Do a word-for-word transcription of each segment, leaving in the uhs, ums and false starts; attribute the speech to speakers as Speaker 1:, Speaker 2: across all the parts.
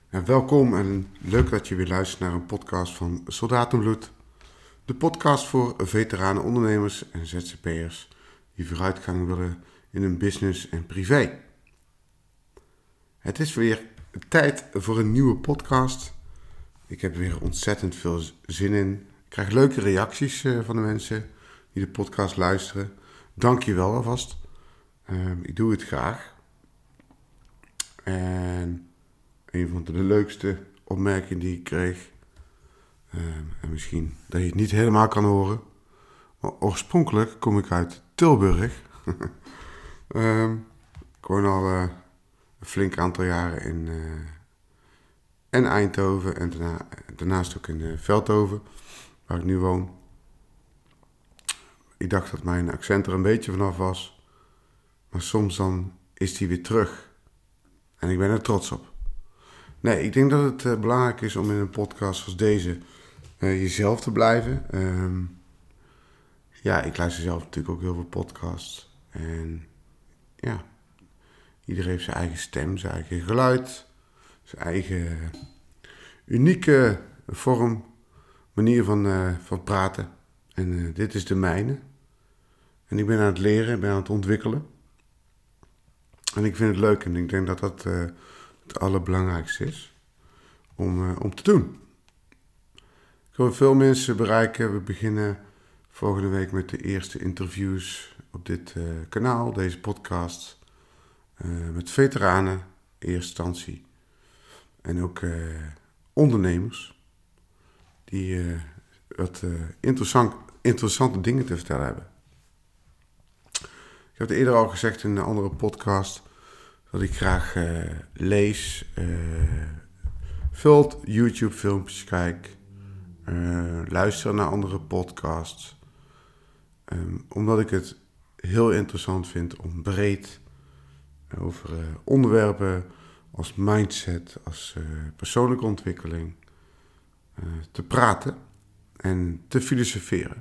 Speaker 1: En welkom en leuk dat je weer luistert naar een podcast van Soldatenbloed. De podcast voor veteranen, ondernemers en Z Z P'ers die vooruitgang willen in hun business en privé. Het is weer tijd voor een nieuwe podcast. Ik heb er weer ontzettend veel zin in. Ik krijg leuke reacties van de mensen die de podcast luisteren. Dank je wel alvast. Um, ik doe het graag. En een van de leukste opmerkingen die ik kreeg, um, en misschien dat je het niet helemaal kan horen, maar oorspronkelijk kom ik uit Tilburg. um, ik woon al uh, een flink aantal jaren in uh, en Eindhoven en daarna, daarnaast ook in uh, Veldhoven, waar ik nu woon. Ik dacht dat mijn accent er een beetje vanaf was, maar soms dan is die weer terug. En ik ben er trots op. Nee, ik denk dat het uh, belangrijk is om in een podcast als deze uh, jezelf te blijven. Um, ja, ik luister zelf natuurlijk ook heel veel podcasts. En ja, iedereen heeft zijn eigen stem, zijn eigen geluid, zijn eigen unieke vorm, manier van, uh, van praten. En uh, dit is de mijne. En ik ben aan het leren, ik ben aan het ontwikkelen. En ik vind het leuk en ik denk dat dat uh, het allerbelangrijkste is om, uh, om te doen. Ik wil veel mensen bereiken. We beginnen volgende week met de eerste interviews op dit uh, kanaal, deze podcast. Uh, met veteranen in eerste instantie. En ook uh, ondernemers die uh, wat uh, interessant, interessante dingen te vertellen hebben. Ik heb het eerder al gezegd in een andere podcast dat ik graag uh, lees, uh, veel YouTube filmpjes kijk, uh, luister naar andere podcasts. Um, omdat ik het heel interessant vind om breed over uh, onderwerpen als mindset, als uh, persoonlijke ontwikkeling uh, te praten en te filosoferen.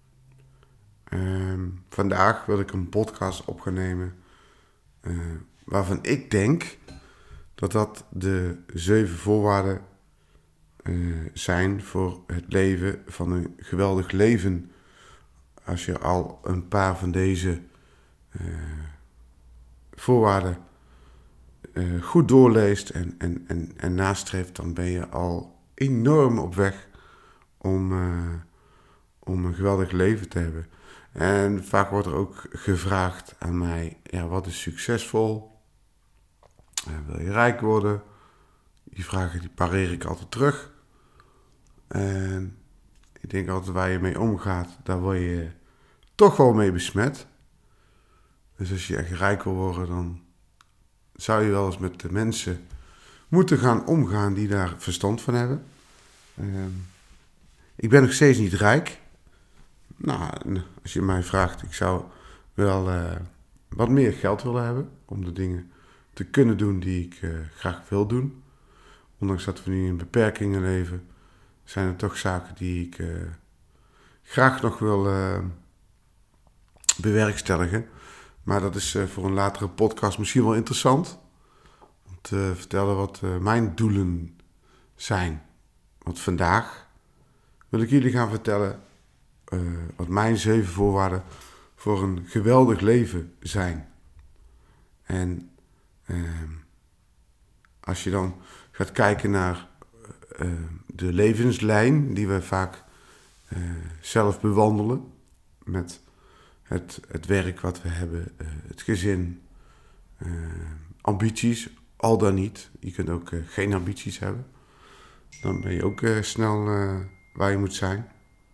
Speaker 1: Um, vandaag wil ik een podcast op gaan nemen uh, waarvan ik denk dat dat de zeven voorwaarden uh, zijn voor het leven van een geweldig leven. Als je al een paar van deze uh, voorwaarden uh, goed doorleest en, en, en, en nastreeft, dan ben je al enorm op weg om, uh, om een geweldig leven te hebben. En vaak wordt er ook gevraagd aan mij, ja, wat is succesvol? Uh, wil je rijk worden? Die vragen die pareer ik altijd terug. En ik denk altijd waar je mee omgaat, daar word je toch wel mee besmet. Dus als je echt rijk wil worden, dan zou je wel eens met de mensen moeten gaan omgaan die daar verstand van hebben. Uh, ik ben nog steeds niet rijk. Nou, als je mij vraagt, ik zou wel uh, wat meer geld willen hebben om de dingen te kunnen doen die ik uh, graag wil doen. Ondanks dat we nu in beperkingen leven, zijn er toch zaken die ik uh, graag nog wil uh, bewerkstelligen. Maar dat is uh, voor een latere podcast misschien wel interessant. Om te vertellen wat uh, mijn doelen zijn. Want vandaag wil ik jullie gaan vertellen uh, wat mijn zeven voorwaarden voor een geweldig leven zijn. En uh, als je dan gaat kijken naar uh, de levenslijn die we vaak uh, zelf bewandelen met het, het werk wat we hebben, uh, het gezin, uh, ambities, al dan niet. Je kunt ook uh, geen ambities hebben. Dan ben je ook uh, snel uh, waar je moet zijn.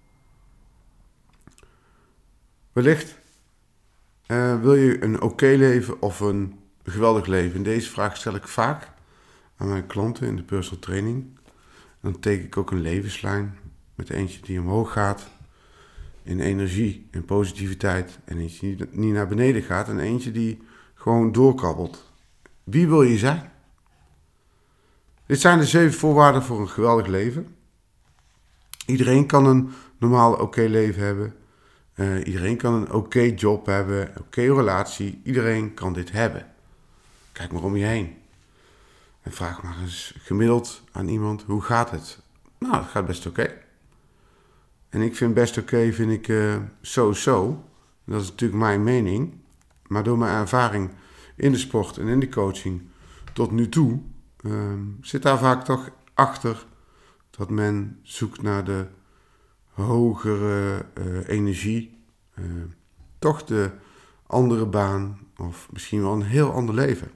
Speaker 1: Wellicht uh, wil je een oké leven of een geweldig leven. Deze vraag stel ik vaak aan mijn klanten in de personal training. Dan teken ik ook een levenslijn met eentje die omhoog gaat in energie en positiviteit. En eentje die niet naar beneden gaat en eentje die gewoon doorkabbelt. Wie wil je zijn? Dit zijn de zeven voorwaarden voor een geweldig leven. Iedereen kan een normaal oké leven hebben. Uh, iedereen kan een oké job hebben, een oké relatie. Iedereen kan dit hebben. Kijk maar om je heen. En vraag maar eens gemiddeld aan iemand, hoe gaat het? Nou, het gaat best oké. Okay. En ik vind best oké, okay, vind ik uh, zo-zo. Dat is natuurlijk mijn mening. Maar door mijn ervaring in de sport en in de coaching tot nu toe, uh, zit daar vaak toch achter dat men zoekt naar de hogere uh, energie. Uh, toch de andere baan of misschien wel een heel ander leven.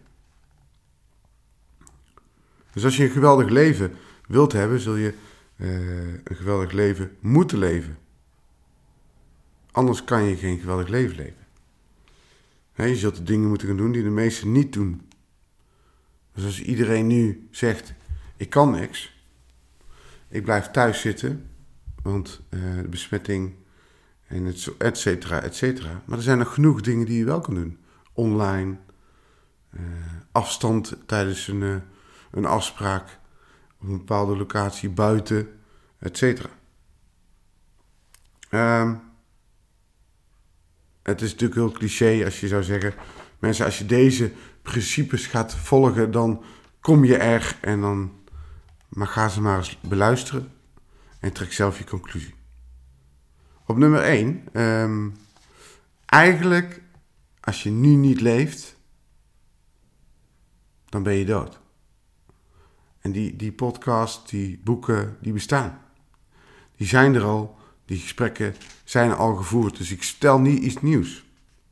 Speaker 1: Dus als je een geweldig leven wilt hebben, zul je uh, een geweldig leven moeten leven. Anders kan je geen geweldig leven leven. He, je zult de dingen moeten gaan doen die de meesten niet doen. Dus als iedereen nu zegt, ik kan niks, ik blijf thuis zitten, want uh, de besmetting en het, et cetera, et cetera. Maar er zijn nog genoeg dingen die je wel kan doen. Online, uh, afstand tijdens een, uh, een afspraak, op een bepaalde locatie, buiten, et cetera. Um, het is natuurlijk heel cliché als je zou zeggen, mensen, als je deze principes gaat volgen, dan kom je er en dan, maar ga ze maar eens beluisteren en trek zelf je conclusie. Op nummer één, um, eigenlijk, als je nu niet leeft, dan ben je dood. En die, die podcast, die boeken, die bestaan. Die zijn er al, die gesprekken zijn al gevoerd, dus ik stel niet iets nieuws.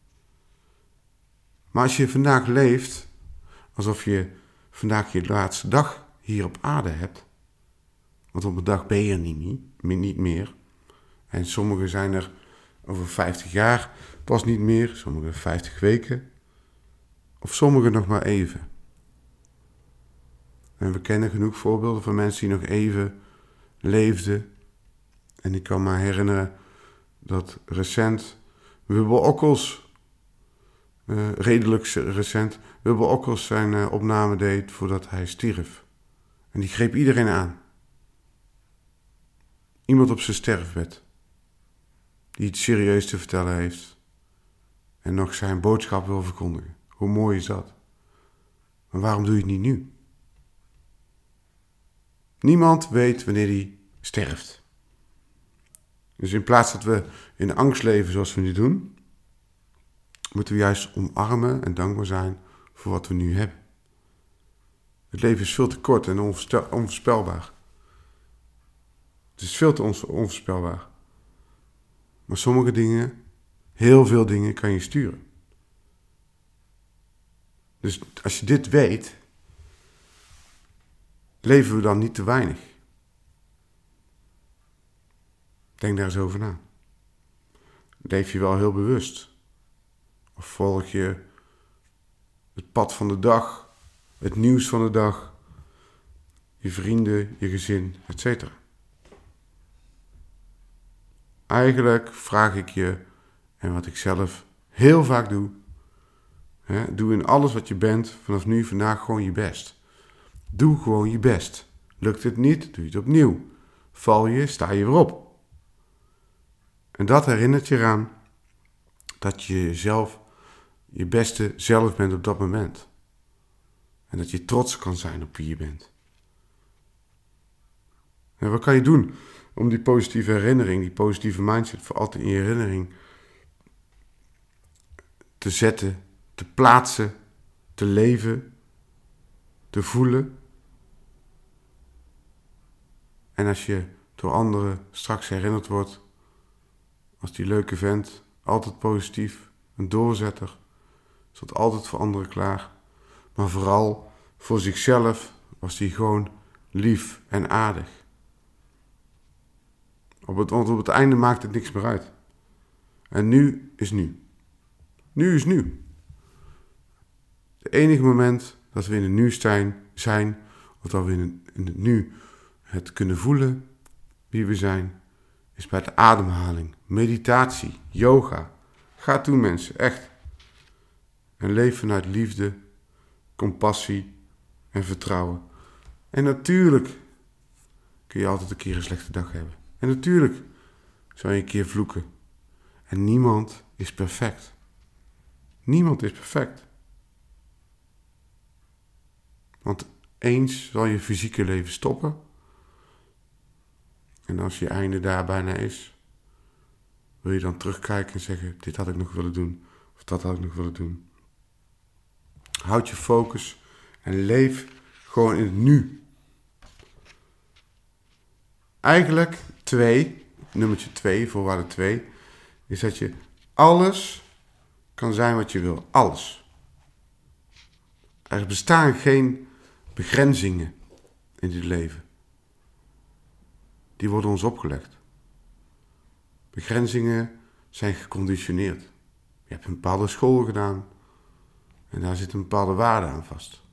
Speaker 1: Maar als je vandaag leeft, alsof je vandaag je laatste dag hier op aarde hebt, want op een dag ben je er niet, niet meer. En sommigen zijn er over vijftig jaar pas niet meer, sommigen vijftig weken, of sommigen nog maar even. En we kennen genoeg voorbeelden van mensen die nog even leefden. En ik kan me herinneren dat recent Wubbel Okkels, uh, redelijk recent, Wubbel Okkels zijn uh, opname deed voordat hij stierf. En die greep iedereen aan. Iemand op zijn sterfbed, die iets serieus te vertellen heeft en nog zijn boodschap wil verkondigen. Hoe mooi is dat? Maar waarom doe je het niet nu? Niemand weet wanneer hij sterft. Dus in plaats dat we in angst leven zoals we nu doen, moeten we juist omarmen en dankbaar zijn voor wat we nu hebben. Het leven is veel te kort en onvoorspelbaar. Het is veel te onvoorspelbaar. Maar sommige dingen, heel veel dingen, kan je sturen. Dus als je dit weet, leven we dan niet te weinig? Denk daar eens over na. Leef je wel heel bewust? Of volg je het pad van de dag, het nieuws van de dag, je vrienden, je gezin, et cetera? Eigenlijk vraag ik je, en wat ik zelf heel vaak doe, hè, doe in alles wat je bent vanaf nu, vandaag gewoon je best. Doe gewoon je best. Lukt het niet, doe je het opnieuw. Val je, sta je weer op. En dat herinnert je eraan dat je zelf je beste zelf bent op dat moment. En dat je trots kan zijn op wie je bent. En wat kan je doen om die positieve herinnering, die positieve mindset voor altijd in je herinnering te zetten, te plaatsen, te leven, te voelen? En als je door anderen straks herinnerd wordt als die leuke vent, altijd positief, een doorzetter, stond altijd voor anderen klaar. Maar vooral voor zichzelf was hij gewoon lief en aardig. Op het, want op het einde maakt het niks meer uit. En nu is nu. Nu is nu. Het enige moment dat we in het nu zijn, zijn of dat we in het, in het nu het kunnen voelen wie we zijn, is bij de ademhaling, meditatie, yoga. Ga toe mensen, echt. En leef vanuit liefde, compassie en vertrouwen. En natuurlijk kun je altijd een keer een slechte dag hebben. En natuurlijk zal je een keer vloeken. En niemand is perfect. Niemand is perfect. Want eens zal je fysieke leven stoppen. En als je einde daar bijna is, wil je dan terugkijken en zeggen, dit had ik nog willen doen. Of dat had ik nog willen doen. Houd je focus en leef gewoon in het nu. Eigenlijk twee, nummertje twee, voorwaarde twee, is dat je alles kan zijn wat je wil. Alles. Er bestaan geen begrenzingen in dit leven. Die worden ons opgelegd. Begrenzingen zijn geconditioneerd. Je hebt een bepaalde school gedaan en daar zit een bepaalde waarde aan vast.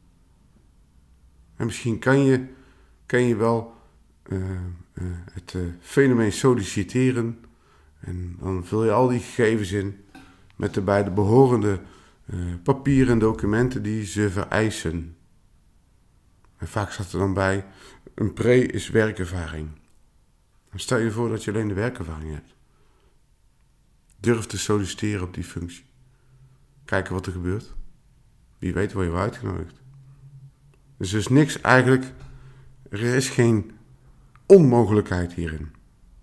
Speaker 1: En misschien kan je, kan je wel uh, uh, het uh, fenomeen solliciteren en dan vul je al die gegevens in met de bij de behorende uh, papieren en documenten die ze vereisen. En vaak staat er dan bij, een pre is werkervaring. Dan stel je voor dat je alleen de werkervaring hebt. Durf te solliciteren op die functie. Kijken wat er gebeurt. Wie weet word je wel uitgenodigd. Dus er is niks eigenlijk, er is geen onmogelijkheid hierin.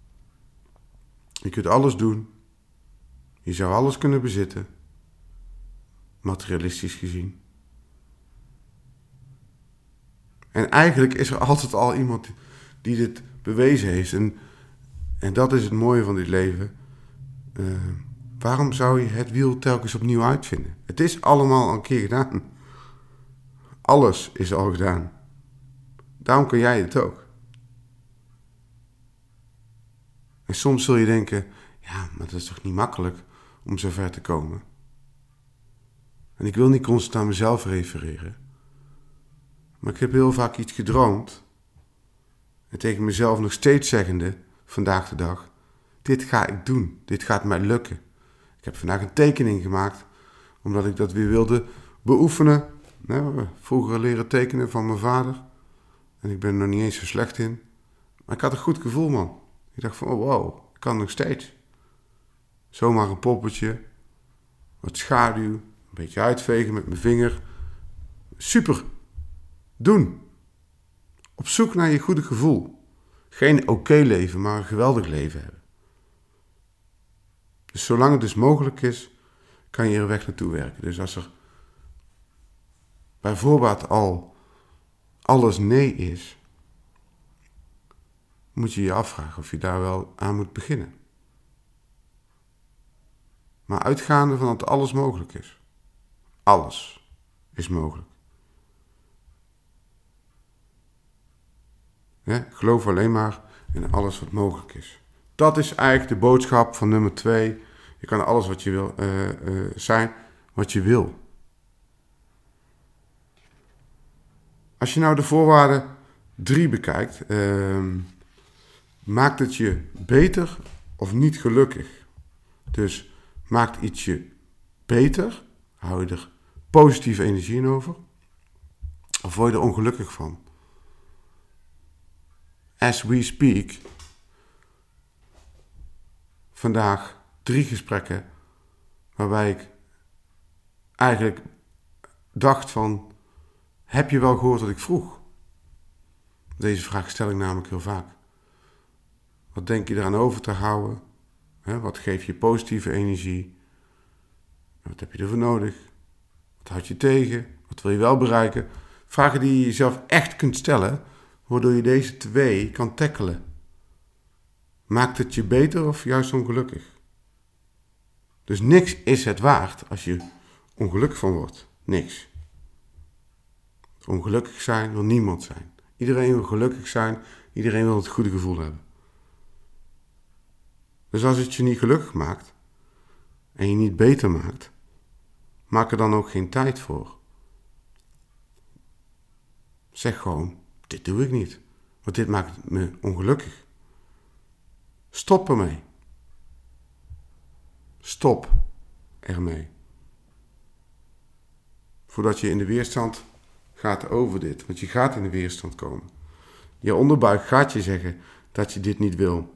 Speaker 1: Je kunt alles doen. Je zou alles kunnen bezitten. Materialistisch gezien. En eigenlijk is er altijd al iemand die dit bewezen heeft. En, en dat is het mooie van dit leven. Uh, waarom zou je het wiel telkens opnieuw uitvinden? Het is allemaal al een keer gedaan. Alles is al gedaan. Daarom kan jij het ook. En soms zul je denken, ja, maar dat is toch niet makkelijk om zo ver te komen. En ik wil niet constant aan mezelf refereren. Maar ik heb heel vaak iets gedroomd. En tegen mezelf nog steeds zeggende, vandaag de dag, dit ga ik doen. Dit gaat mij lukken. Ik heb vandaag een tekening gemaakt, omdat ik dat weer wilde beoefenen. Nou, vroeger leren tekenen van mijn vader. En ik ben er nog niet eens zo slecht in. Maar ik had een goed gevoel, man. Ik dacht van, oh wow, ik kan nog steeds. Zomaar een poppetje, wat schaduw, een beetje uitvegen met mijn vinger. Super. Doen. Op zoek naar je goede gevoel. Geen oké leven, maar een geweldig leven hebben. Dus zolang het dus mogelijk is, kan je er weg naartoe werken. Dus als er bij voorbaat al alles nee is, moet je je afvragen of je daar wel aan moet beginnen. Maar uitgaande van dat alles mogelijk is. Alles is mogelijk. Ja, geloof alleen maar in alles wat mogelijk is. Dat is eigenlijk de boodschap van nummer twee. Je kan alles wat je wil uh, uh, zijn, wat je wil. Als je nou de voorwaarde drie bekijkt, uh, maakt het je beter of niet gelukkig? Dus maakt iets je beter, hou je er positieve energie in over, of word je er ongelukkig van? As we speak, vandaag drie gesprekken waarbij ik eigenlijk dacht van, heb je wel gehoord wat ik vroeg? Deze vraag stel ik namelijk heel vaak. Wat denk je eraan over te houden? Wat geeft je positieve energie? Wat heb je ervoor nodig? Wat houd je tegen? Wat wil je wel bereiken? Vragen die je jezelf echt kunt stellen, waardoor je deze twee kan tackelen. Maakt het je beter of juist ongelukkig? Dus niks is het waard als je ongelukkig van wordt. Niks. Ongelukkig zijn wil niemand zijn. Iedereen wil gelukkig zijn. Iedereen wil het goede gevoel hebben. Dus als het je niet gelukkig maakt en je niet beter maakt, maak er dan ook geen tijd voor. Zeg gewoon, dit doe ik niet, want dit maakt me ongelukkig. Stop ermee. Stop ermee. Voordat je in de weerstand gaat over dit, want je gaat in de weerstand komen. Je onderbuik gaat je zeggen dat je dit niet wil.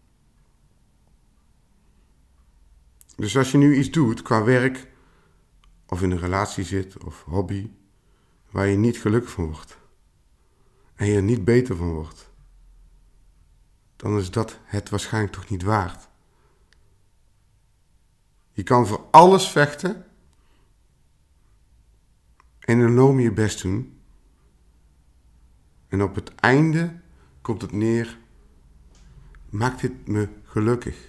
Speaker 1: Dus als je nu iets doet qua werk, of in een relatie zit, of hobby, waar je niet gelukkig van wordt, en je er niet beter van wordt, dan is dat het waarschijnlijk toch niet waard. Je kan voor alles vechten en enorm je best doen. En op het einde komt het neer, maakt dit me gelukkig?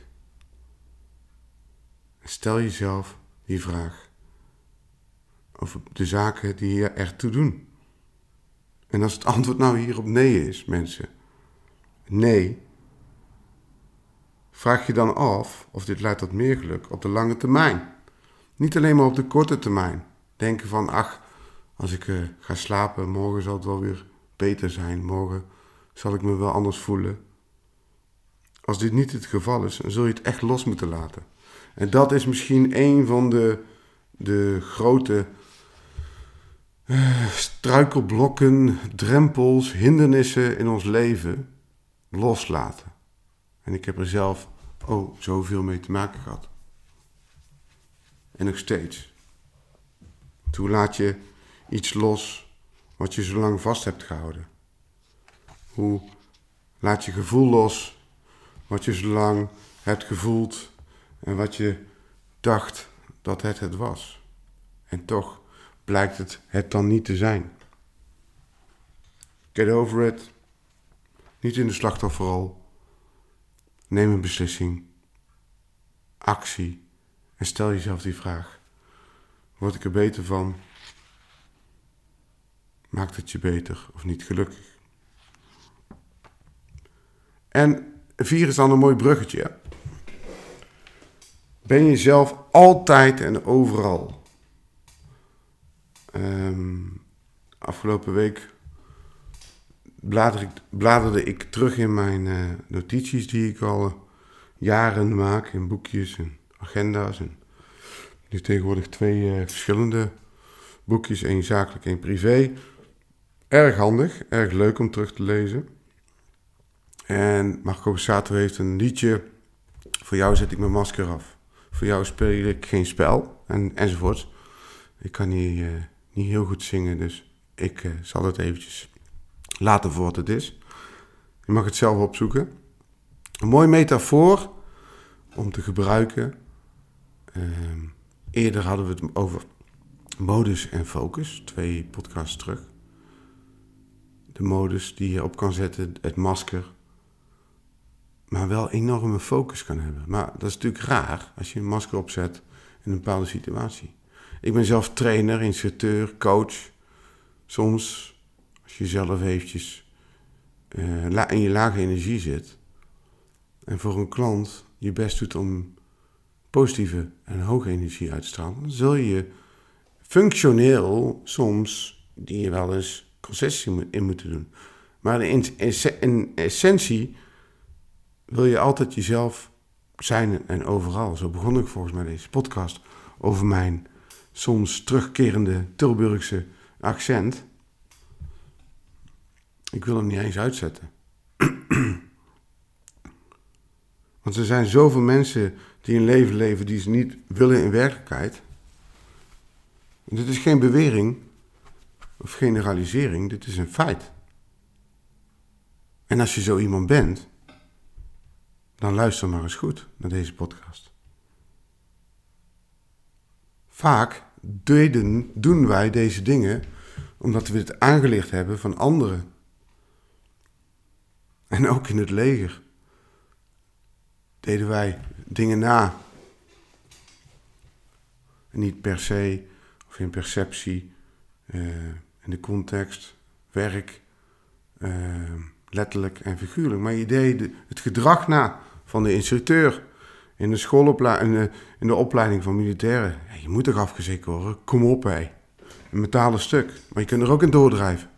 Speaker 1: Stel jezelf die vraag over de zaken die je ertoe doen. En als het antwoord nou hierop nee is, mensen, nee, vraag je dan af of dit leidt tot meer geluk op de lange termijn. Niet alleen maar op de korte termijn. Denken van, ach, als ik uh, ga slapen, morgen zal het wel weer beter zijn. Morgen zal ik me wel anders voelen. Als dit niet het geval is, dan zul je het echt los moeten laten. En dat is misschien een van de, de grote uh, struikelblokken, drempels, hindernissen in ons leven. Loslaten. En ik heb er zelf oh, zoveel mee te maken gehad. En nog steeds. Hoe laat je iets los wat je zo lang vast hebt gehouden? Hoe laat je gevoel los wat je zo lang hebt gevoeld en wat je dacht dat het het was? En toch blijkt het het dan niet te zijn. Get over it. Niet in de slachtofferrol. Neem een beslissing. Actie. En stel jezelf die vraag. Word ik er beter van? Maakt het je beter of niet gelukkig? En vier is dan een mooi bruggetje. Ben je zelf altijd en overal? Um, afgelopen week blader ik, bladerde ik terug in mijn uh, notities die ik al uh, jaren maak. In boekjes en agenda's. En nu tegenwoordig twee uh, verschillende boekjes. Één zakelijk, één privé. Erg handig, erg leuk om terug te lezen. En Marco Borsato heeft een liedje. Voor jou zet ik mijn masker af. Voor jou speel ik geen spel. En, enzovoorts. Ik kan niet, uh, niet heel goed zingen, dus ik uh, zal het eventjes laten voor wat het is. Je mag het zelf opzoeken. Een mooie metafoor om te gebruiken. Uh, eerder hadden we het over modus en focus. Twee podcasts terug. De modus die je op kan zetten, het masker. Maar wel enorme focus kan hebben. Maar dat is natuurlijk raar als je een masker opzet in een bepaalde situatie. Ik ben zelf trainer, instructeur, coach. Soms, als je zelf eventjes uh, in je lage energie zit en voor een klant je best doet om positieve en hoge energie uit te stralen, dan zul je functioneel soms die je wel eens concessies in moeten doen. Maar in, in essentie wil je altijd jezelf zijn en overal. Zo begon ik volgens mij deze podcast over mijn soms terugkerende Tilburgse accent. Ik wil hem niet eens uitzetten. Want er zijn zoveel mensen die een leven leven die ze niet willen in werkelijkheid. En dit is geen bewering of generalisering, dit is een feit. En als je zo iemand bent, dan luister maar eens goed naar deze podcast. Vaak deden, doen wij deze dingen omdat we het aangeleerd hebben van anderen. En ook in het leger deden wij dingen na. En niet per se, of in perceptie, uh, in de context, werk, uh, letterlijk en figuurlijk. Maar je deed het gedrag na van de instructeur in de schoolopleiding, in de, in de opleiding van militairen. Ja, je moet toch afgezekerd worden? Kom op, hé. Een metalen stuk. Maar je kunt er ook in doordrijven.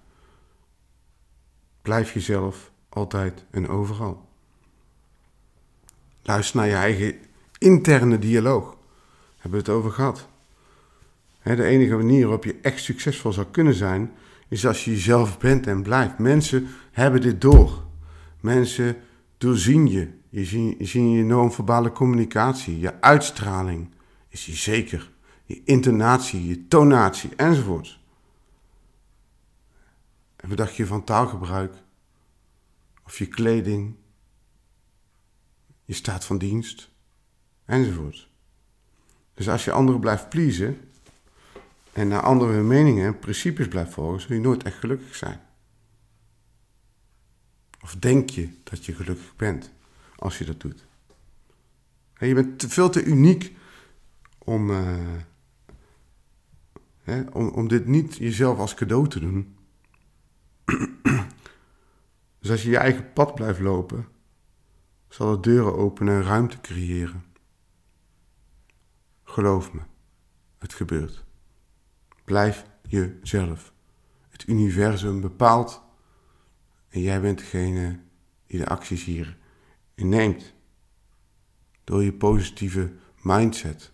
Speaker 1: Blijf jezelf altijd en overal. Luister naar je eigen interne dialoog. Daar hebben we het over gehad. De enige manier waarop je echt succesvol zou kunnen zijn, is als je jezelf bent en blijft. Mensen hebben dit door. Mensen doorzien je. Je zien je, zien je non-verbale communicatie, je uitstraling is die zeker. Je intonatie, je tonatie enzovoort. En wat dacht je van taalgebruik? Of je kleding? Je staat van dienst? Enzovoort. Dus als je anderen blijft pleasen en naar andere meningen en principes blijft volgen, zul je nooit echt gelukkig zijn. Of denk je dat je gelukkig bent als je dat doet? En je bent te, veel te uniek om, uh, hè, om, om dit niet jezelf als cadeau te doen. Dus als je je eigen pad blijft lopen, zal het deuren openen en ruimte creëren. Geloof me, het gebeurt. Blijf jezelf. Het universum bepaalt en jij bent degene die de acties hier neemt. Door je positieve mindset.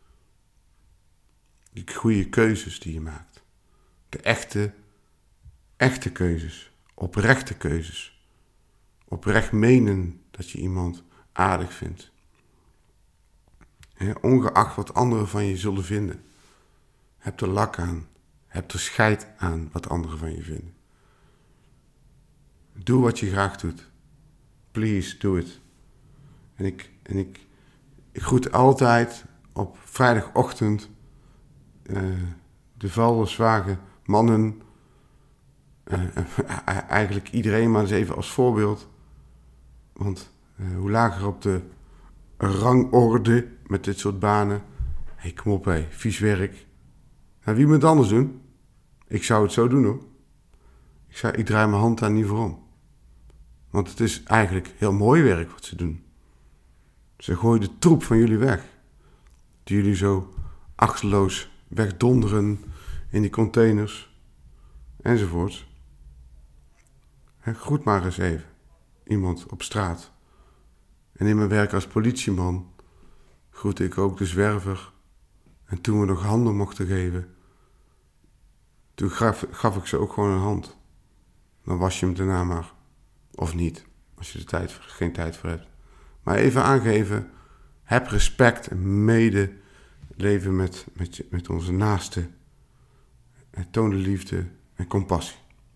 Speaker 1: Die goede keuzes die je maakt. De echte, echte keuzes. Oprechte keuzes. Oprecht menen dat je iemand aardig vindt. He, ongeacht wat anderen van je zullen vinden. Heb er lak aan. Heb er scheid aan wat anderen van je vinden. Doe wat je graag doet. Please, do it. En ik, en ik, ik groet altijd op vrijdagochtend uh, de vuilniswagen mannen. Uh, uh, eigenlijk iedereen, maar eens even als voorbeeld. Want uh, hoe lager op de rangorde met dit soort banen. Hé, hey, kom op hé, hey, vies werk. Nou, wie moet het anders doen? Ik zou het zo doen hoor. Ik, zou, ik draai mijn hand daar niet voor om. Want het is eigenlijk heel mooi werk wat ze doen. Ze gooien de troep van jullie weg. Die jullie zo achteloos wegdonderen in die containers. Enzovoort. He, groet maar eens even. Iemand op straat. En in mijn werk als politieman groette ik ook de zwerver. En toen we nog handen mochten geven, toen gaf, gaf ik ze ook gewoon een hand. Dan was je hem daarna maar. Of niet, als je er tijd, geen tijd voor hebt. Maar even aangeven, heb respect en medeleven met, met, met onze naasten. En toon de liefde en compassie.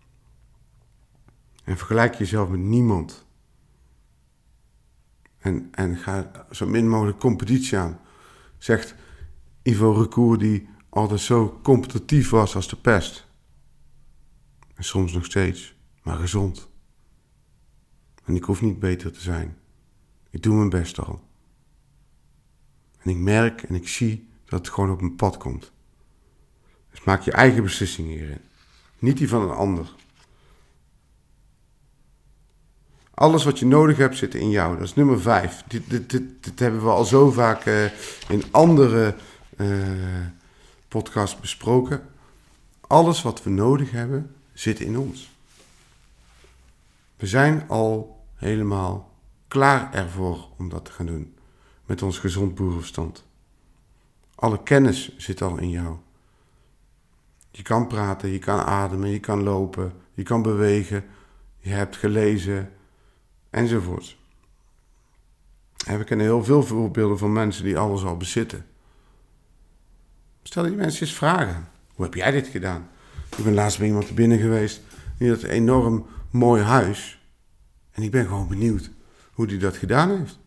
Speaker 1: En vergelijk jezelf met niemand. En, en ga zo min mogelijk competitie aan. Zegt Ivo Recour, die altijd zo competitief was als de pest. En soms nog steeds, maar gezond. En ik hoef niet beter te zijn. Ik doe mijn best al. En ik merk en ik zie dat het gewoon op mijn pad komt. Dus maak je eigen beslissingen hierin. Niet die van een ander. Alles wat je nodig hebt zit in jou. Dat is nummer vijf. Dit, dit, dit, dit hebben we al zo vaak uh, in andere uh, podcasts besproken. Alles wat we nodig hebben zit in ons. We zijn al helemaal klaar ervoor om dat te gaan doen. Met ons gezond boerenverstand. Alle kennis zit al in jou. Je kan praten, je kan ademen, je kan lopen, je kan bewegen. Je hebt gelezen, enzovoort. En we kennen heel veel voorbeelden van mensen die alles al bezitten. Stel die mensen eens vragen. Hoe heb jij dit gedaan? Ik ben laatst bij iemand er binnen geweest. Die had een enorm mooi huis. En ik ben gewoon benieuwd hoe hij dat gedaan heeft.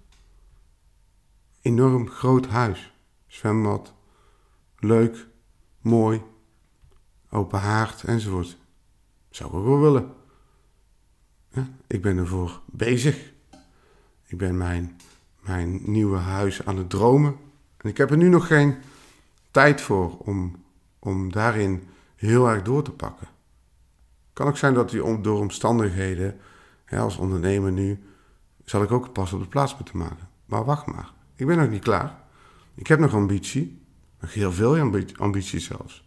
Speaker 1: Enorm groot huis. Zwembad. Leuk. Mooi. Open haard. Enzovoort. Zou ik ook wel willen. Ja, ik ben ervoor bezig. Ik ben mijn, mijn nieuwe huis aan het dromen. En ik heb er nu nog geen tijd voor om, om daarin heel erg door te pakken. Kan ook zijn dat die door omstandigheden, ja, als ondernemer nu, zal ik ook pas op de plaats moeten maken. Maar wacht maar, ik ben nog niet klaar. Ik heb nog ambitie, nog heel veel ambitie, ambitie zelfs.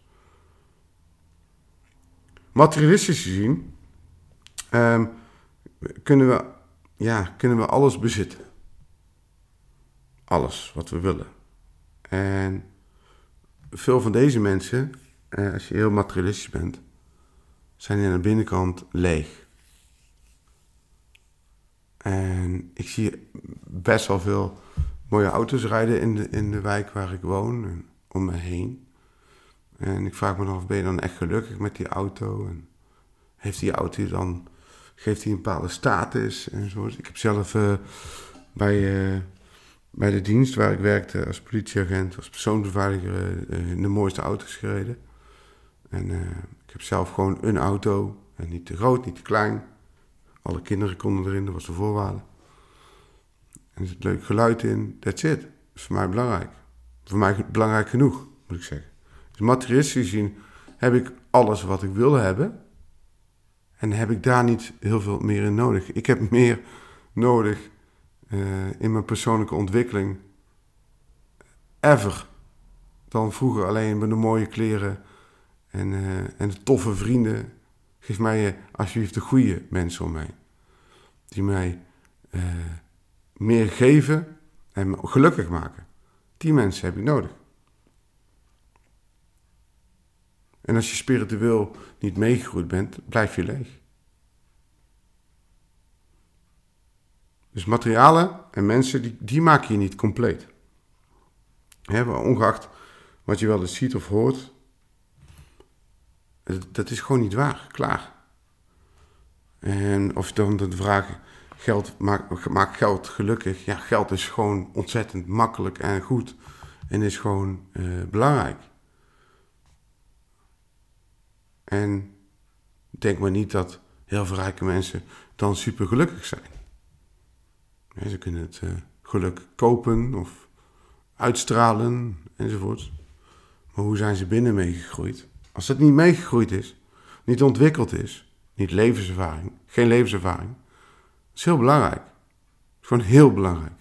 Speaker 1: Materialistisch gezien um, kunnen, we, ja, kunnen we alles bezitten. Alles wat we willen. En veel van deze mensen, eh, als je heel materialistisch bent, zijn aan de binnenkant leeg. En ik zie best wel veel mooie auto's rijden in de, in de wijk waar ik woon en om me heen. En ik vraag me dan af, ben je dan echt gelukkig met die auto? En heeft die auto dan, geeft hij een bepaalde status enzovoort. Ik heb zelf uh, bij, uh, bij de dienst waar ik werkte als politieagent, als persoonsbeveiliger, uh, de mooiste auto's gereden. En uh, ik heb zelf gewoon een auto, en niet te groot, niet te klein. Alle kinderen konden erin, dat was de voorwaarde. En er zit leuk geluid in, that's it. Dat is voor mij belangrijk. Voor mij belangrijk genoeg, moet ik zeggen. Dus materialistisch gezien heb ik alles wat ik wilde hebben. En heb ik daar niet heel veel meer in nodig. Ik heb meer nodig uh, in mijn persoonlijke ontwikkeling. Ever. Dan vroeger alleen met de mooie kleren en, uh, en de toffe vrienden. Geef mij uh, alsjeblieft de goede mensen om mij. Die mij uh, meer geven en me gelukkig maken. Die mensen heb ik nodig. En als je spiritueel niet meegegroeid bent, blijf je leeg. Dus materialen en mensen, die, die maken je niet compleet. He, ongeacht wat je wel eens ziet of hoort, dat is gewoon niet waar, klaar. En of dan de vraag, geld maakt maak geld gelukkig. Ja, geld is gewoon ontzettend makkelijk en goed en is gewoon uh, belangrijk. En denk maar niet dat heel veel rijke mensen dan super gelukkig zijn. Ja, ze kunnen het uh, geluk kopen of uitstralen enzovoort. Maar hoe zijn ze binnen meegegroeid? Als het niet meegegroeid is, niet ontwikkeld is, niet levenservaring, geen levenservaring, dat is heel belangrijk. Dat is gewoon heel belangrijk.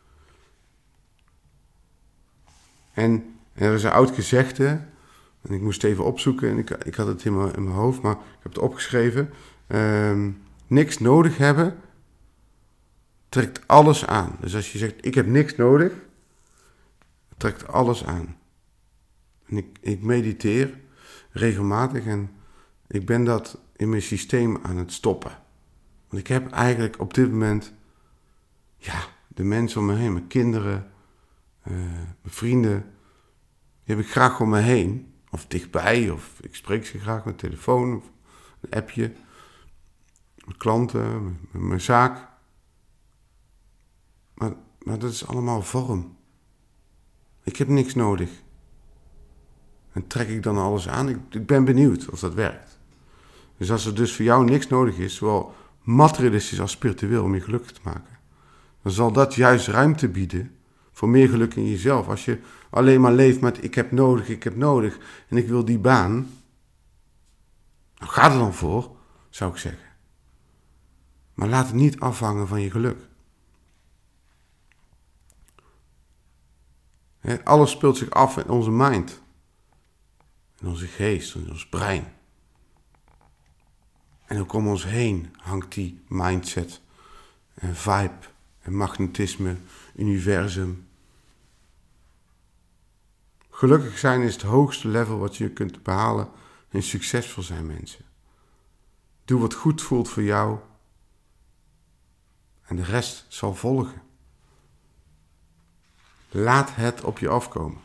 Speaker 1: En er is een oud gezegde, en ik moest het even opzoeken en ik, ik had het in mijn, in mijn hoofd, maar ik heb het opgeschreven. Um, niks nodig hebben trekt alles aan. Dus als je zegt, ik heb niks nodig, trekt alles aan. En ik, ik mediteer regelmatig en ik ben dat in mijn systeem aan het stoppen. Want ik heb eigenlijk op dit moment, ja, de mensen om me heen, mijn kinderen, uh, mijn vrienden, die heb ik graag om me heen. Of dichtbij, of ik spreek ze graag met telefoon, of een appje. Mijn klanten, mijn, mijn zaak. Maar, maar dat is allemaal vorm. Ik heb niks nodig. En trek ik dan alles aan? Ik, ik ben benieuwd of dat werkt. Dus als er dus voor jou niks nodig is, zowel materialistisch als spiritueel, om je gelukkig te maken, dan zal dat juist ruimte bieden voor meer geluk in jezelf. Als je alleen maar leeft met ik heb nodig, ik heb nodig en ik wil die baan, nou ga er dan voor, zou ik zeggen. Maar laat het niet afhangen van je geluk. He, alles speelt zich af in onze mind. In onze geest, in ons brein. En ook om ons heen hangt die mindset en vibe en magnetisme, universum. Gelukkig zijn is het hoogste level wat je kunt behalen en succesvol zijn, mensen. Doe wat goed voelt voor jou en de rest zal volgen. Laat het op je afkomen.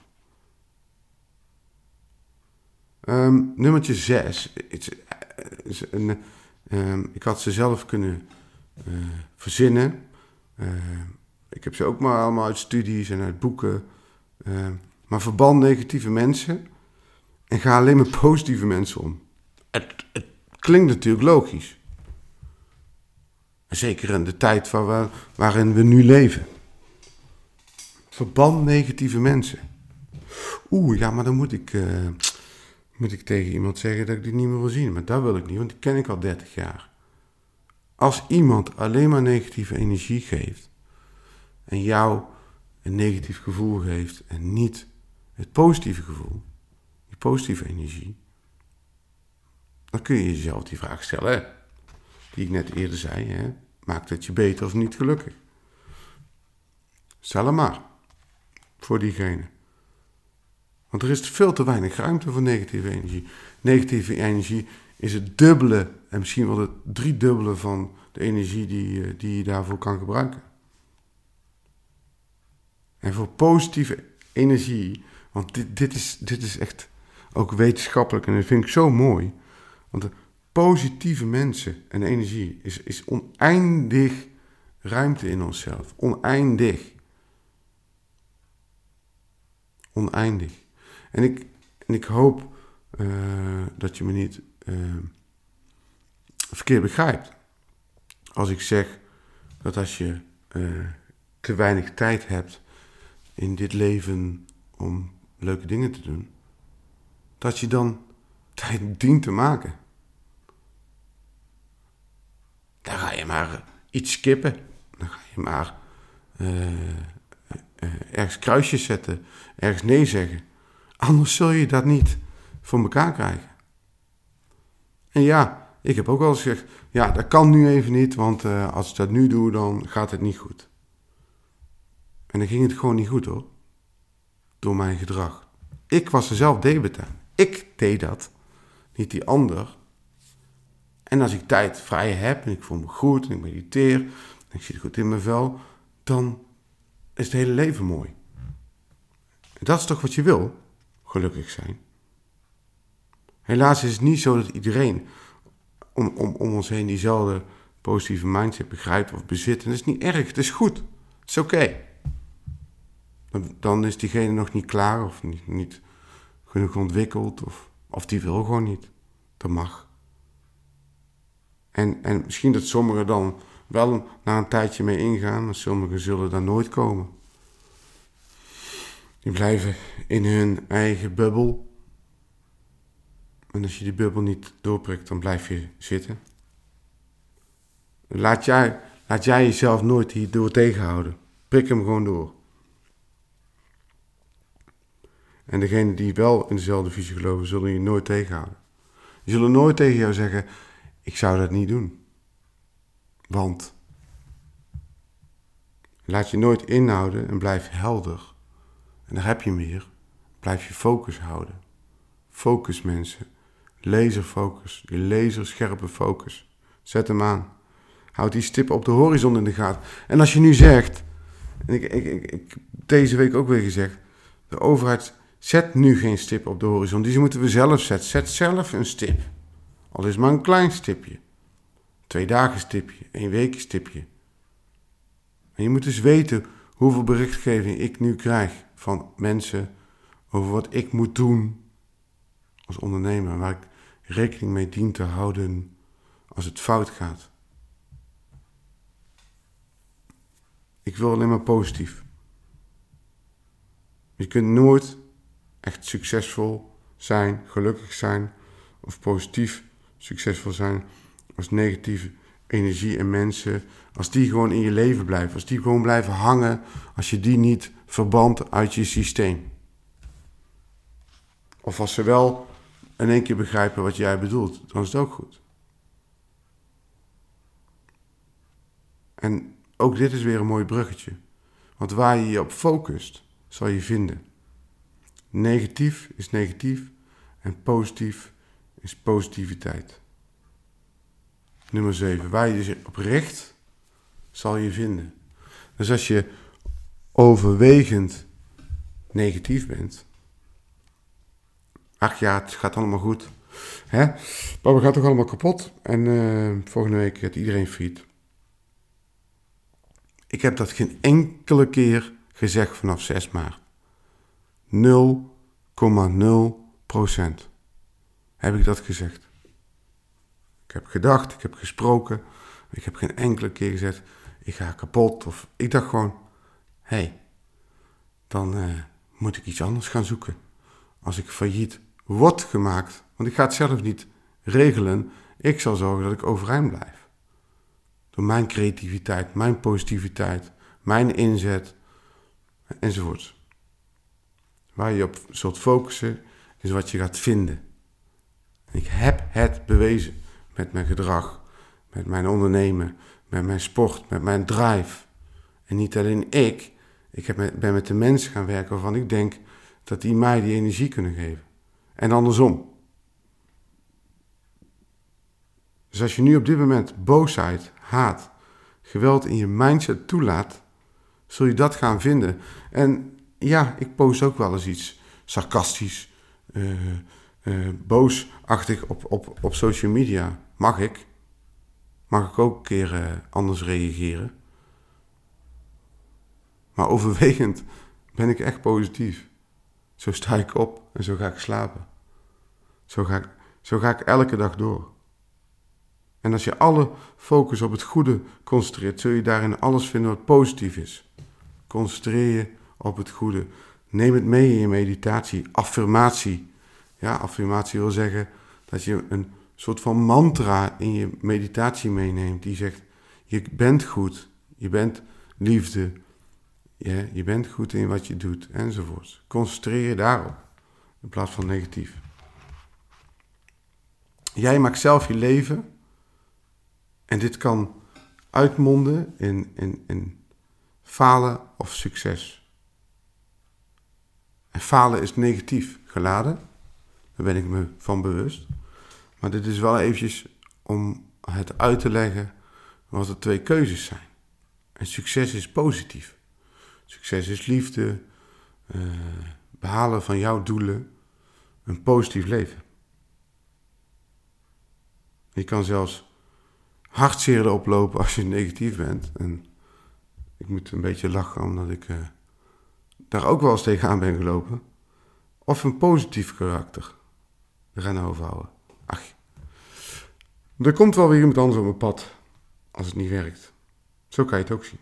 Speaker 1: Um, nummertje zes. Is, is een, um, ik had ze zelf kunnen uh, verzinnen. Uh, ik heb ze ook maar allemaal uit studies en uit boeken. Uh, maar verban negatieve mensen en ga alleen met positieve mensen om. Het, het klinkt natuurlijk logisch. Zeker in de tijd waar we, waarin we nu leven. Verban negatieve mensen. Oeh, ja, maar dan moet ik, uh, moet ik tegen iemand zeggen dat ik die niet meer wil zien. Maar dat wil ik niet, want die ken ik al dertig jaar. Als iemand alleen maar negatieve energie geeft en jou een negatief gevoel geeft en niet het positieve gevoel, die positieve energie, dan kun je jezelf die vraag stellen, hè? Die ik net eerder zei, hè? Maakt het je beter of niet gelukkig? Stel hem maar voor diegene. Want er is veel te weinig ruimte voor negatieve energie. Negatieve energie is het dubbele en misschien wel het driedubbele van de energie die, die je daarvoor kan gebruiken. En voor positieve energie, want dit, dit, is, dit is echt ook wetenschappelijk en dat vind ik zo mooi. Want de positieve mensen en energie is, is oneindig ruimte in onszelf. Oneindig. Oneindig. En ik, en ik hoop uh, dat je me niet uh, verkeerd begrijpt. Als ik zeg dat als je uh, te weinig tijd hebt in dit leven om leuke dingen te doen, dat je dan tijd dient te maken. Dan ga je maar iets skippen. Dan ga je maar uh, uh, ergens kruisjes zetten. Ergens nee zeggen. Anders zul je dat niet voor elkaar krijgen. En ja, ik heb ook wel eens gezegd, ja, dat kan nu even niet, want uh, als ik dat nu doe, dan gaat het niet goed. En dan ging het gewoon niet goed hoor. Door mijn gedrag. Ik was er zelf debiteur. Ik deed dat. Niet die ander. En als ik tijd vrij heb en ik voel me goed en ik mediteer en ik zit goed in mijn vel, dan is het hele leven mooi. En dat is toch wat je wil? Gelukkig zijn. Helaas is het niet zo dat iedereen om, om, om ons heen diezelfde positieve mindset begrijpt of bezit. En dat is niet erg, het is goed. Het is oké. Okay. Dan, dan is diegene nog niet klaar of niet, niet genoeg ontwikkeld of, of die wil gewoon niet. Dat mag. En, en misschien dat sommigen dan wel na een tijdje mee ingaan, maar sommigen zullen daar nooit komen. Die blijven in hun eigen bubbel. En als je die bubbel niet doorprikt, dan blijf je zitten. Laat jij, laat jij jezelf nooit hierdoor tegenhouden. Prik hem gewoon door. En degenen die wel in dezelfde visie geloven, zullen je nooit tegenhouden. Die zullen nooit tegen jou zeggen, ik zou dat niet doen. Want laat je nooit inhouden en blijf helder. En daar heb je meer. Blijf je focus houden. Focus mensen. Laserfocus. Je laserscherpe focus. Zet hem aan. Houd die stip op de horizon in de gaten. En als je nu zegt, en ik, ik, ik, ik deze week ook weer gezegd, de overheid zet nu geen stip op de horizon. Die moeten we zelf zetten. Zet zelf een stip. Al is maar een klein stipje. Twee dagen stipje. Één week stipje. En je moet dus weten hoeveel berichtgeving ik nu krijg van mensen over wat ik moet doen als ondernemer. Waar ik rekening mee dien te houden als het fout gaat. Ik wil alleen maar positief. Je kunt nooit echt succesvol zijn, gelukkig zijn of positief succesvol zijn als negatieve energie en mensen, als die gewoon in je leven blijven, als die gewoon blijven hangen, als je die niet verbandt uit je systeem. Of als ze wel in één keer begrijpen wat jij bedoelt, dan is het ook goed. En ook dit is weer een mooi bruggetje. Want waar je je op focust, zal je vinden. Negatief is negatief en positief is positiviteit. Nummer zeven. Waar je je op richt, zal je vinden. Dus als je overwegend negatief bent. Ach ja, het gaat allemaal goed. Hè? Maar we gaan toch allemaal kapot. En uh, volgende week gaat iedereen failliet. Ik heb dat geen enkele keer gezegd vanaf zes maart. nul komma nul procent heb ik dat gezegd. Ik heb gedacht, ik heb gesproken. Ik heb geen enkele keer gezegd, ik ga kapot. Of ik dacht gewoon, hé, hey, dan uh, moet ik iets anders gaan zoeken. Als ik failliet word gemaakt. Want ik ga het zelf niet regelen. Ik zal zorgen dat ik overeind blijf. Door mijn creativiteit, mijn positiviteit, mijn inzet, enzovoort. Waar je op zult focussen, is wat je gaat vinden. Ik heb het bewezen met mijn gedrag, met mijn ondernemen, met mijn sport, met mijn drive. En niet alleen ik, ik heb met, ben met de mensen gaan werken waarvan ik denk dat die mij die energie kunnen geven. En andersom. Dus als je nu op dit moment boosheid, haat, geweld in je mindset toelaat, zul je dat gaan vinden. En ja, ik post ook wel eens iets sarcastisch, uh, uh, boosachtig op, op, op social media. Mag ik. Mag ik ook een keer uh, anders reageren. Maar overwegend ben ik echt positief. Zo sta ik op en zo ga ik slapen. Zo ga ik, zo ga ik elke dag door. En als je alle focus op het goede concentreert, zul je daarin alles vinden wat positief is. Concentreer je op het goede. Neem het mee in je meditatie. Affirmatie. Ja, affirmatie wil zeggen dat je een soort van mantra in je meditatie meeneemt. Die zegt, je bent goed, je bent liefde, ja, je bent goed in wat je doet, enzovoort. Concentreer je daarop, in plaats van negatief. Jij maakt zelf je leven. En dit kan uitmonden in, in, in falen of succes. En falen is negatief geladen. Daar ben ik me van bewust. Maar dit is wel eventjes om het uit te leggen wat er twee keuzes zijn. En succes is positief. Succes is liefde, uh, behalen van jouw doelen, een positief leven. Je kan zelfs hartzeer erop lopen als je negatief bent. En ik moet een beetje lachen omdat ik uh, daar ook wel eens tegenaan ben gelopen. Of een positief karakter erin overhouden. Ach, er komt wel weer iemand anders op mijn pad als het niet werkt. Zo kan je het ook zien.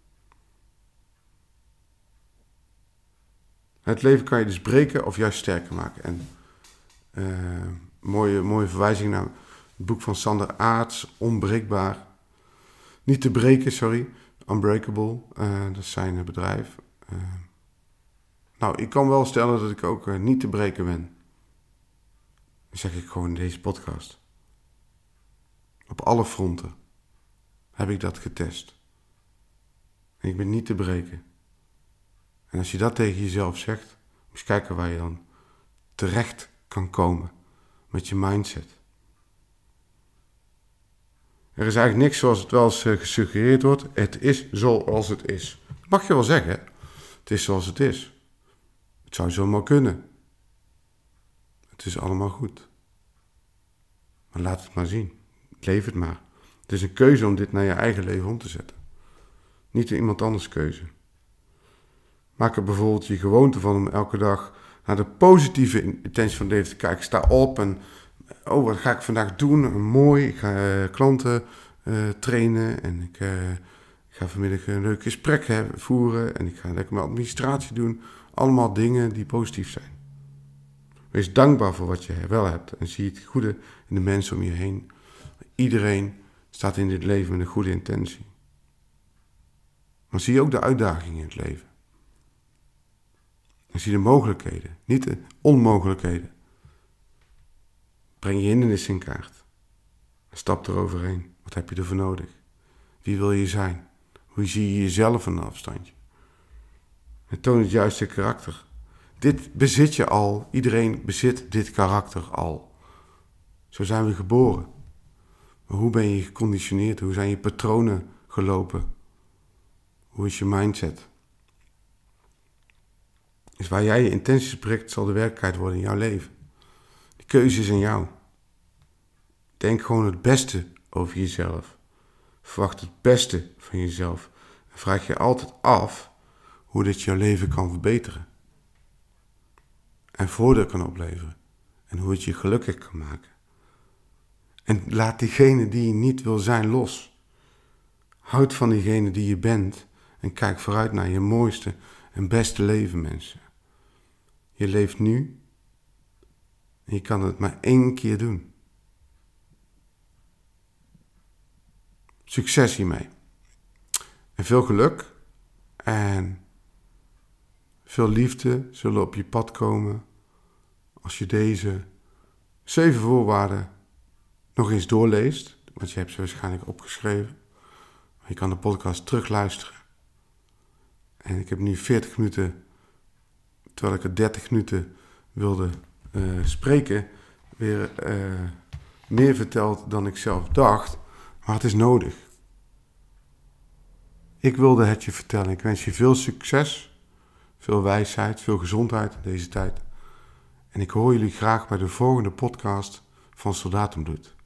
Speaker 1: Het leven kan je dus breken of juist sterker maken. En uh, mooie, mooie verwijzing naar het boek van Sander Aarts, Onbreekbaar. Niet te breken, sorry. Unbreakable, uh, dat is zijn bedrijf. Uh, nou, ik kan wel stellen dat ik ook uh, niet te breken ben. Dat zeg ik gewoon in deze podcast. Op alle fronten heb ik dat getest. En ik ben niet te breken. En als je dat tegen jezelf zegt, moet je kijken waar je dan terecht kan komen met je mindset. Er is eigenlijk niks zoals het wel eens gesuggereerd wordt. Het is zoals het is. Dat mag je wel zeggen. Het is zoals het is. Het zou zomaar kunnen. Het is allemaal goed. Maar laat het maar zien. Leef het maar. Het is een keuze om dit naar je eigen leven om te zetten. Niet iemand anders keuze. Maak er bijvoorbeeld je gewoonte van om elke dag naar de positieve intentie van het leven te kijken. Sta op en, oh, wat ga ik vandaag doen? Mooi, ik ga uh, klanten uh, trainen en ik, uh, ik ga vanmiddag een leuk gesprek hebben, voeren en ik ga lekker mijn administratie doen. Allemaal dingen die positief zijn. Wees dankbaar voor wat je wel hebt en zie het goede in de mensen om je heen. Iedereen staat in dit leven met een goede intentie. Maar zie ook de uitdagingen in het leven. En zie de mogelijkheden, niet de onmogelijkheden. Breng je hindernissen in kaart. En stap eroverheen. Wat heb je ervoor nodig? Wie wil je zijn? Hoe zie je jezelf van een afstandje? En toon het juiste karakter. Dit bezit je al. Iedereen bezit dit karakter al. Zo zijn we geboren. Maar hoe ben je geconditioneerd? Hoe zijn je patronen gelopen? Hoe is je mindset? Dus waar jij je intenties prikt, zal de werkelijkheid worden in jouw leven. De keuze is aan jou. Denk gewoon het beste over jezelf. Verwacht het beste van jezelf. En vraag je altijd af hoe dit jouw leven kan verbeteren. En voordeel kan opleveren. En hoe het je gelukkig kan maken. En laat diegene die je niet wil zijn los. Houd van diegene die je bent. En kijk vooruit naar je mooiste en beste leven, mensen. Je leeft nu. En je kan het maar één keer doen. Succes hiermee. En veel geluk. En veel liefde zullen op je pad komen. Als je deze zeven voorwaarden nog eens doorleest. Want je hebt ze waarschijnlijk opgeschreven. Je kan de podcast terugluisteren. En ik heb nu veertig minuten, terwijl ik er dertig minuten wilde uh, spreken, weer uh, meer verteld dan ik zelf dacht. Maar het is nodig. Ik wilde het je vertellen. Ik wens je veel succes, veel wijsheid, veel gezondheid in deze tijd. En ik hoor jullie graag bij de volgende podcast van Soldatenbloed.